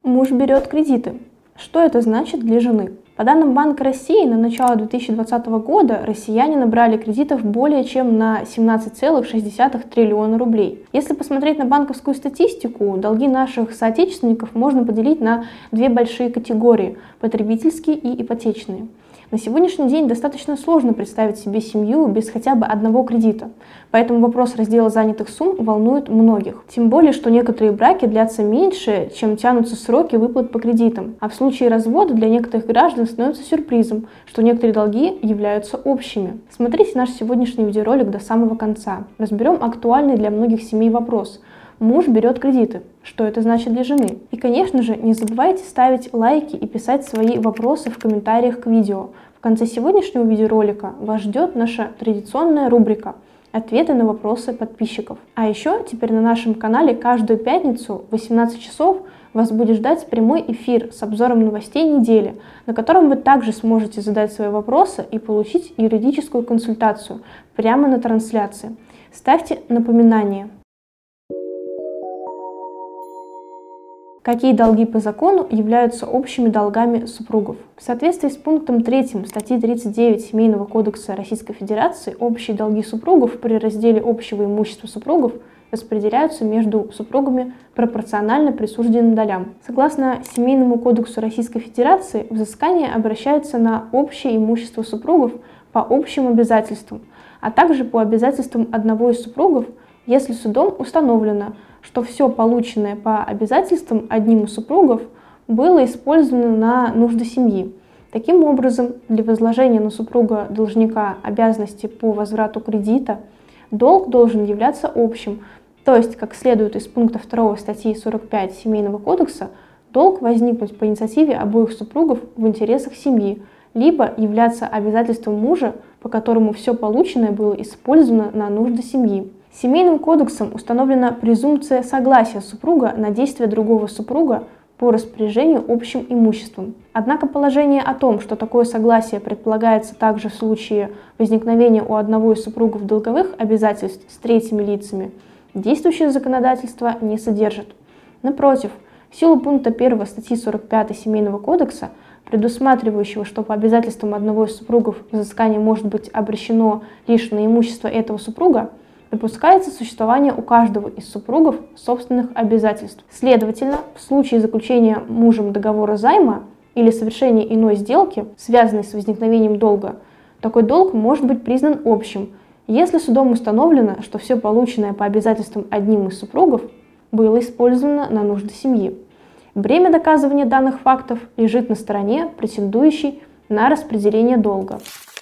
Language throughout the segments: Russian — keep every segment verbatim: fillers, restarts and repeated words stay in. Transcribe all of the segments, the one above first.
Муж берет кредиты. Что это значит для жены? По данным Банка России, на начало две тысячи двадцатого года россияне набрали кредитов более чем на семнадцать целых шесть десятых триллиона рублей. Если посмотреть на банковскую статистику, долги наших соотечественников можно поделить на две большие категории – потребительские и ипотечные. На сегодняшний день достаточно сложно представить себе семью без хотя бы одного кредита, поэтому вопрос раздела занятых сумм волнует многих. Тем более, что некоторые браки длятся меньше, чем тянутся сроки выплат по кредитам, а в случае развода для некоторых граждан становится сюрпризом, что некоторые долги являются общими. Смотрите наш сегодняшний видеоролик до самого конца. Разберем актуальный для многих семей вопрос. Муж берет кредиты. Что это значит для жены? И, конечно же, не забывайте ставить лайки и писать свои вопросы в комментариях к видео. В конце сегодняшнего видеоролика вас ждет наша традиционная рубрика «Ответы на вопросы подписчиков». А еще теперь на нашем канале каждую пятницу в восемнадцать часов вас будет ждать прямой эфир с обзором новостей недели, на котором вы также сможете задать свои вопросы и получить юридическую консультацию прямо на трансляции. Ставьте напоминания. Какие долги по закону являются общими долгами супругов? В соответствии с пунктом третьим статьи тридцать девять Семейного кодекса Российской Федерации общие долги супругов при разделе общего имущества супругов распределяются между супругами пропорционально присужденным долям. Согласно Семейному кодексу Российской Федерации, взыскание обращается на общее имущество супругов по общим обязательствам, а также по обязательствам одного из супругов, если судом установлено, что все полученное по обязательствам одним из супругов было использовано на нужды семьи. Таким образом, для возложения на супруга должника обязанности по возврату кредита долг должен являться общим, то есть, как следует из пункта второго статьи сорок пять Семейного кодекса, долг возникнуть по инициативе обоих супругов в интересах семьи, либо являться обязательством мужа, по которому все полученное было использовано на нужды семьи. Семейным кодексом установлена презумпция согласия супруга на действия другого супруга по распоряжению общим имуществом. Однако положение о том, что такое согласие предполагается также в случае возникновения у одного из супругов долговых обязательств с третьими лицами, действующее законодательство не содержит. Напротив, в силу пункта первого статьи сорок пятой Семейного кодекса, предусматривающего, что по обязательствам одного из супругов взыскание может быть обращено лишь на имущество этого супруга, допускается существование у каждого из супругов собственных обязательств. Следовательно, в случае заключения мужем договора займа или совершения иной сделки, связанной с возникновением долга, такой долг может быть признан общим, если судом установлено, что все полученное по обязательствам одним из супругов было использовано на нужды семьи. Бремя доказывания данных фактов лежит на стороне, претендующей на распределение долга.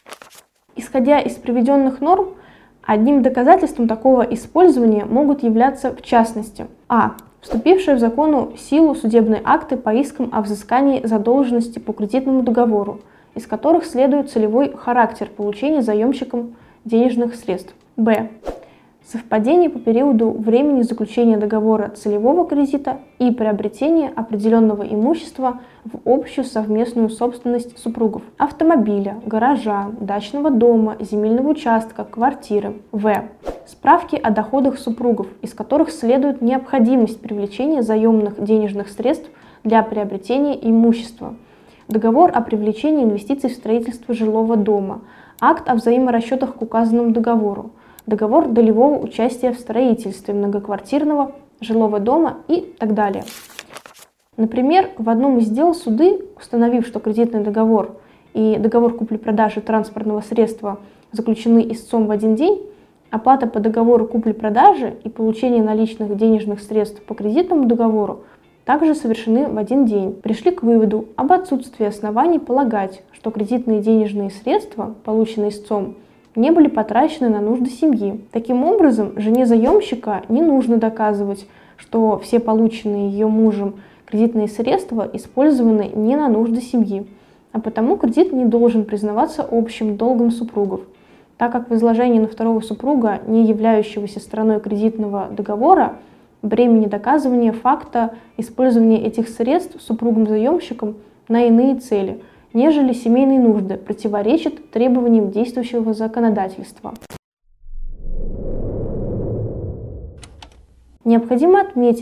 Исходя из приведенных норм, одним доказательством такого использования могут являться, в частности, а. вступившие в законную силу судебные акты по искам о взыскании задолженности по кредитному договору, из которых следует целевой характер получения заемщиком денежных средств. б. Совпадение по периоду времени заключения договора целевого кредита и приобретения определенного имущества в общую совместную собственность супругов: автомобиля, гаража, дачного дома, земельного участка, квартиры. В. Справки о доходах супругов, из которых следует необходимость привлечения заемных денежных средств для приобретения имущества. Договор о привлечении инвестиций в строительство жилого дома, акт о взаиморасчетах к указанному договору, договор долевого участия в строительстве многоквартирного жилого дома и так далее. Например, в одном из дел суды, установив, что кредитный договор и договор купли-продажи транспортного средства заключены истцом в один день, оплата по договору купли-продажи и получение наличных денежных средств по кредитному договору также совершены в один день, пришли к выводу об отсутствии оснований полагать, что кредитные денежные средства, полученные истцом, не были потрачены на нужды семьи. Таким образом, жене заемщика не нужно доказывать, что все полученные ее мужем кредитные средства использованы не на нужды семьи, а потому кредит не должен признаваться общим долгом супругов, так как возложение на второго супруга, не являющегося стороной кредитного договора, бремени доказывания факта использования этих средств супругом-заемщиком на иные цели, нежели семейные нужды, противоречит требованиям действующего законодательства. Необходимо отметить,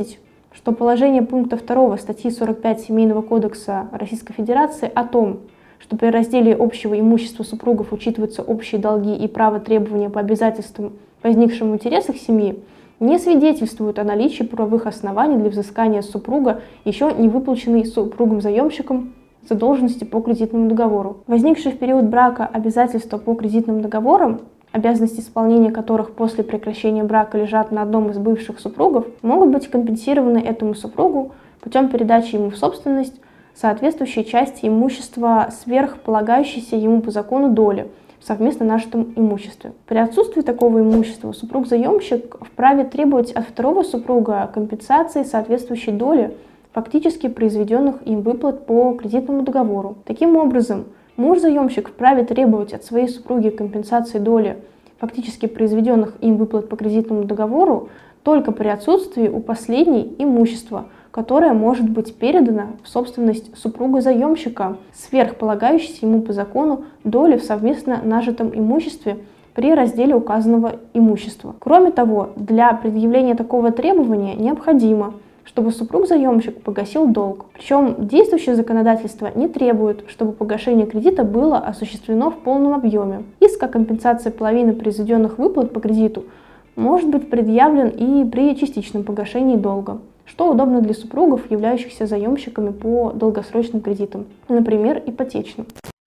что положение пункта второго статьи сорок пять Семейного кодекса Российской Федерации о том, что при разделе общего имущества супругов учитываются общие долги и право требования по обязательствам, возникшим в интересах семьи, не свидетельствуют о наличии правовых оснований для взыскания с супруга еще не выплаченной супругом-заемщиком задолженности по кредитному договору. Возникшие в период брака обязательства по кредитным договорам, обязанности исполнения которых после прекращения брака лежат на одном из бывших супругов, могут быть компенсированы этому супругу путем передачи ему в собственность соответствующей части имущества сверх полагающейся ему по закону доли в совместно нажитом имуществе. При отсутствии такого имущества супруг-заемщик вправе требовать от второго супруга компенсации соответствующей доли фактически произведенных им выплат по кредитному договору. Таким образом, муж-заемщик вправе требовать от своей супруги компенсации доли фактически произведенных им выплат по кредитному договору только при отсутствии у последней имущества, которое может быть передано в собственность супруга-заемщика, сверхполагающейся ему по закону доли в совместно нажитом имуществе при разделе указанного имущества. Кроме того, для предъявления такого требования необходимо, чтобы супруг-заемщик погасил долг. Причем действующее законодательство не требует, чтобы погашение кредита было осуществлено в полном объеме. Иск о компенсации половины произведенных выплат по кредиту может быть предъявлен и при частичном погашении долга, что удобно для супругов, являющихся заемщиками по долгосрочным кредитам, например, ипотечным.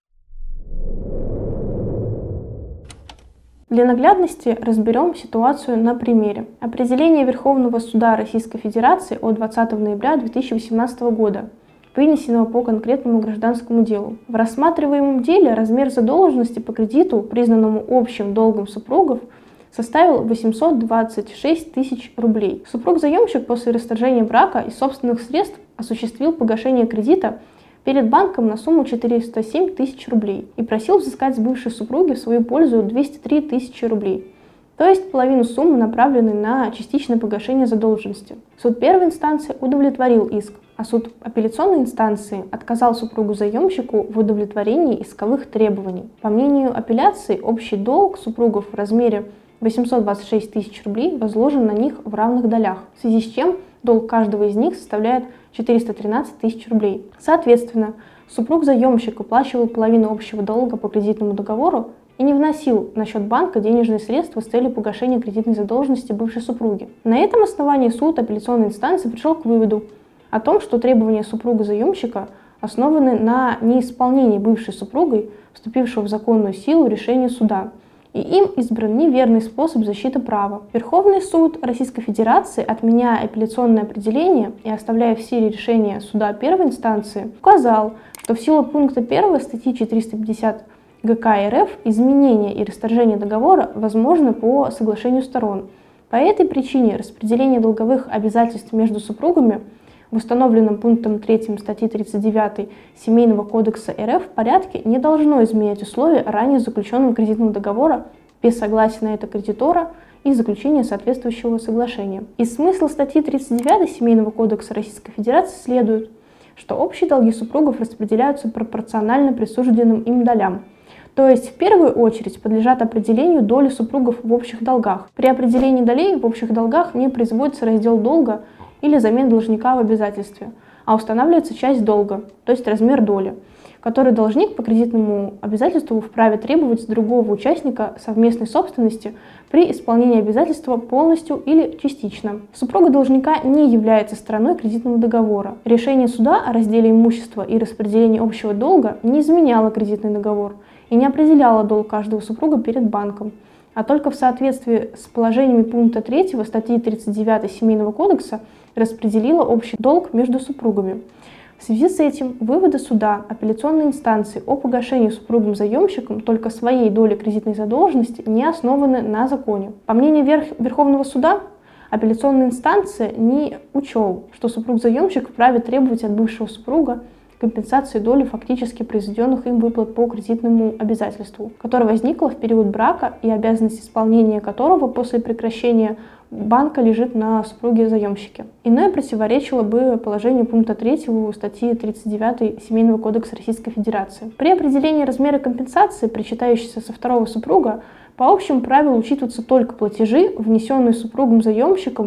Для наглядности разберем ситуацию на примере. Определение Верховного суда Российской Федерации от двадцатого ноября две тысячи восемнадцатого года, вынесенного по конкретному гражданскому делу. В рассматриваемом деле размер задолженности по кредиту, признанному общим долгом супругов, составил восемьсот двадцать шесть тысяч рублей. Супруг-заемщик после расторжения брака из собственных средств осуществил погашение кредита перед банком на сумму четыреста семь тысяч рублей и просил взыскать с бывшей супруги в свою пользу двести три тысячи рублей, то есть половину суммы, направленной на частичное погашение задолженности. Суд первой инстанции удовлетворил иск, а суд апелляционной инстанции отказал супругу-заемщику в удовлетворении исковых требований. По мнению апелляции, общий долг супругов в размере восемьсот двадцать шесть тысяч рублей возложен на них в равных долях, в связи с чем долг каждого из них составляет четыреста тринадцать тысяч рублей. Соответственно, супруг-заемщик уплачивал половину общего долга по кредитному договору и не вносил на счет банка денежные средства с целью погашения кредитной задолженности бывшей супруги. На этом основании суд апелляционной инстанции пришел к выводу о том, что требования супруга-заемщика основаны на неисполнении бывшей супругой, вступившего в законную силу решения суда, и им избран неверный способ защиты права. Верховный суд Российской Федерации, отменяя апелляционное определение и оставляя в силе решения суда первой инстанции, указал, что в силу пункта первого статьи четыреста пятьдесят гэ ка эр эф изменение и расторжение договора возможно по соглашению сторон. По этой причине распределение долговых обязательств между супругами в установленном пунктом третьим статьи тридцать девятой Семейного кодекса эр эф порядке не должно изменять условия ранее заключенного кредитного договора без согласия на это кредитора и заключения соответствующего соглашения. Из смысла статьи тридцать девятой Семейного кодекса Российской Федерации следует, что общие долги супругов распределяются пропорционально присужденным им долям, то есть в первую очередь подлежат определению доли супругов в общих долгах. При определении долей в общих долгах не производится раздел долга или замена должника в обязательстве, а устанавливается часть долга, то есть размер доли, который должник по кредитному обязательству вправе требовать с другого участника совместной собственности при исполнении обязательства полностью или частично. Супруга должника не является стороной кредитного договора. Решение суда о разделе имущества и распределении общего долга не изменяло кредитный договор и не определяло долг каждого супруга перед банком, а только в соответствии с положениями пункта третьего статьи тридцать девятой Семейного кодекса распределила общий долг между супругами. В связи с этим выводы суда апелляционной инстанции о погашении супругом-заемщиком только своей доли кредитной задолженности не основаны на законе. По мнению Верх... Верховного суда, апелляционная инстанция не учел, что супруг-заемщик вправе требовать от бывшего супруга компенсации доли фактически произведенных им выплат по кредитному обязательству, которое возникло в период брака и обязанность исполнения которого после прекращения банка лежит на супруге-заемщике. Иное противоречило бы положению пункта третьего статьи тридцать девятой Семейного кодекса Российской Федерации. При определении размера компенсации, причитающейся со второго супруга, по общему правилу учитываются только платежи, внесенные супругом-заемщиком в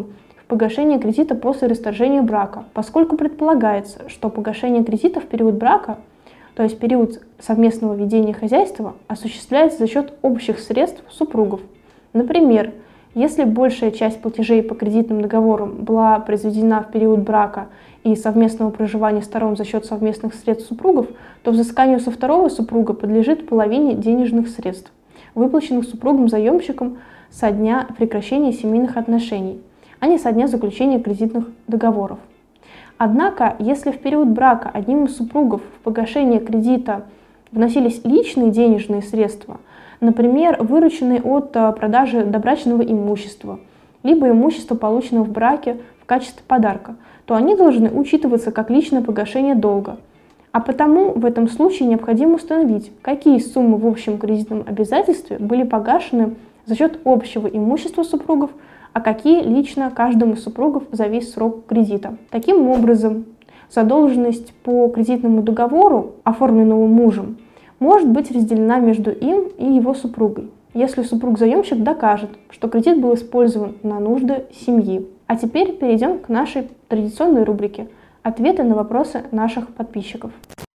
погашение кредита после расторжения брака, поскольку предполагается, что погашение кредита в период брака, то есть период совместного ведения хозяйства, осуществляется за счет общих средств супругов. Например, если большая часть платежей по кредитным договорам была произведена в период брака и совместного проживания сторон за счет совместных средств супругов, то взысканию со второго супруга подлежит половине денежных средств, выплаченных супругом-заемщиком со дня прекращения семейных отношений, а не со дня заключения кредитных договоров. Однако, если в период брака одним из супругов в погашение кредита вносились личные денежные средства, например, вырученные от продажи добрачного имущества, либо имущества, полученного в браке в качестве подарка, то они должны учитываться как личное погашение долга. А потому в этом случае необходимо установить, какие суммы в общем кредитном обязательстве были погашены за счет общего имущества супругов, а какие лично каждому из супругов за весь срок кредита. Таким образом, задолженность по кредитному договору, оформленному мужем, может быть разделена между им и его супругой, если супруг-заемщик докажет, что кредит был использован на нужды семьи. А теперь перейдем к нашей традиционной рубрике «Ответы на вопросы наших подписчиков».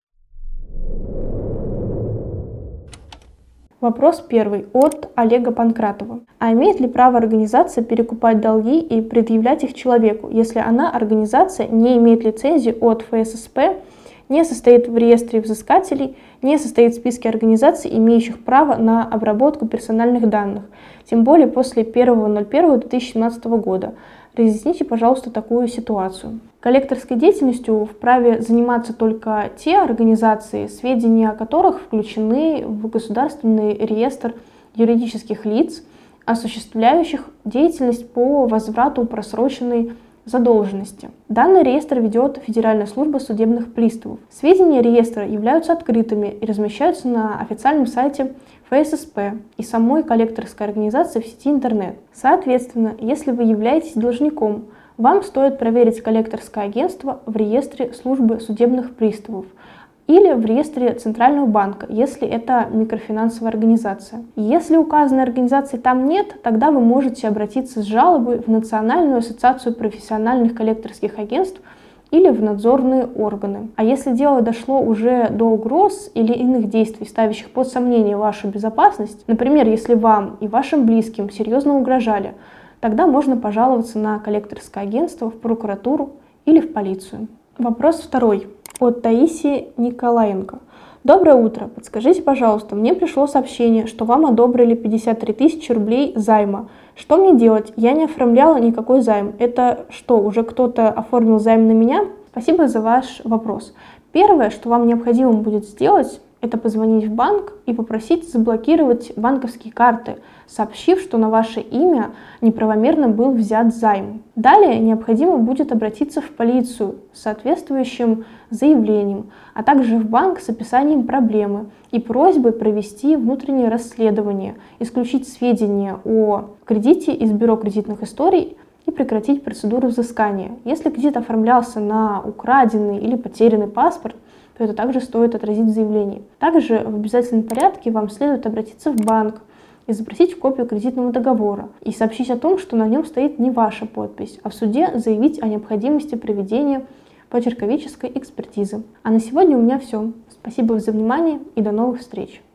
Вопрос первый от Олега Панкратова. А имеет ли право организация перекупать долги и предъявлять их человеку, если она, организация, не имеет лицензии от эф эс эс пэ, не состоит в реестре взыскателей, не состоит в списке организаций, имеющих право на обработку персональных данных, тем более после первого ноль первого две тысячи семнадцатого года? Разъясните, пожалуйста, такую ситуацию. Коллекторской деятельностью вправе заниматься только те организации, сведения о которых включены в государственный реестр юридических лиц, осуществляющих деятельность по возврату просроченной задолженности. Данный реестр ведет Федеральная служба судебных приставов. Сведения реестра являются открытыми и размещаются на официальном сайте эф эс эс пэ и самой коллекторской организации в сети интернет. Соответственно, если вы являетесь должником, вам стоит проверить коллекторское агентство в реестре службы судебных приставов или в реестре Центрального банка, если это микрофинансовая организация. Если указанной организации там нет, тогда вы можете обратиться с жалобой в Национальную ассоциацию профессиональных коллекторских агентств или в надзорные органы. А если дело дошло уже до угроз или иных действий, ставящих под сомнение вашу безопасность, например, если вам и вашим близким серьезно угрожали, тогда можно пожаловаться на коллекторское агентство, в прокуратуру или в полицию. Вопрос второй от Таисии Николаенко. Доброе утро. Подскажите, пожалуйста, мне пришло сообщение, что вам одобрили пятьдесят три тысячи рублей займа. Что мне делать? Я не оформляла никакой займ. Это что, уже кто-то оформил займ на меня? Спасибо за ваш вопрос. Первое, что вам необходимо будет сделать, это позвонить в банк и попросить заблокировать банковские карты, сообщив, что на ваше имя неправомерно был взят займ. Далее необходимо будет обратиться в полицию с соответствующим заявлением, а также в банк с описанием проблемы и просьбой провести внутреннее расследование, исключить сведения о кредите из бюро кредитных историй и прекратить процедуру взыскания. Если кредит оформлялся на украденный или потерянный паспорт, то это также стоит отразить в заявлении. Также в обязательном порядке вам следует обратиться в банк и запросить копию кредитного договора и сообщить о том, что на нем стоит не ваша подпись, а в суде заявить о необходимости проведения почерковической экспертизы. А на сегодня у меня все. Спасибо за внимание и до новых встреч!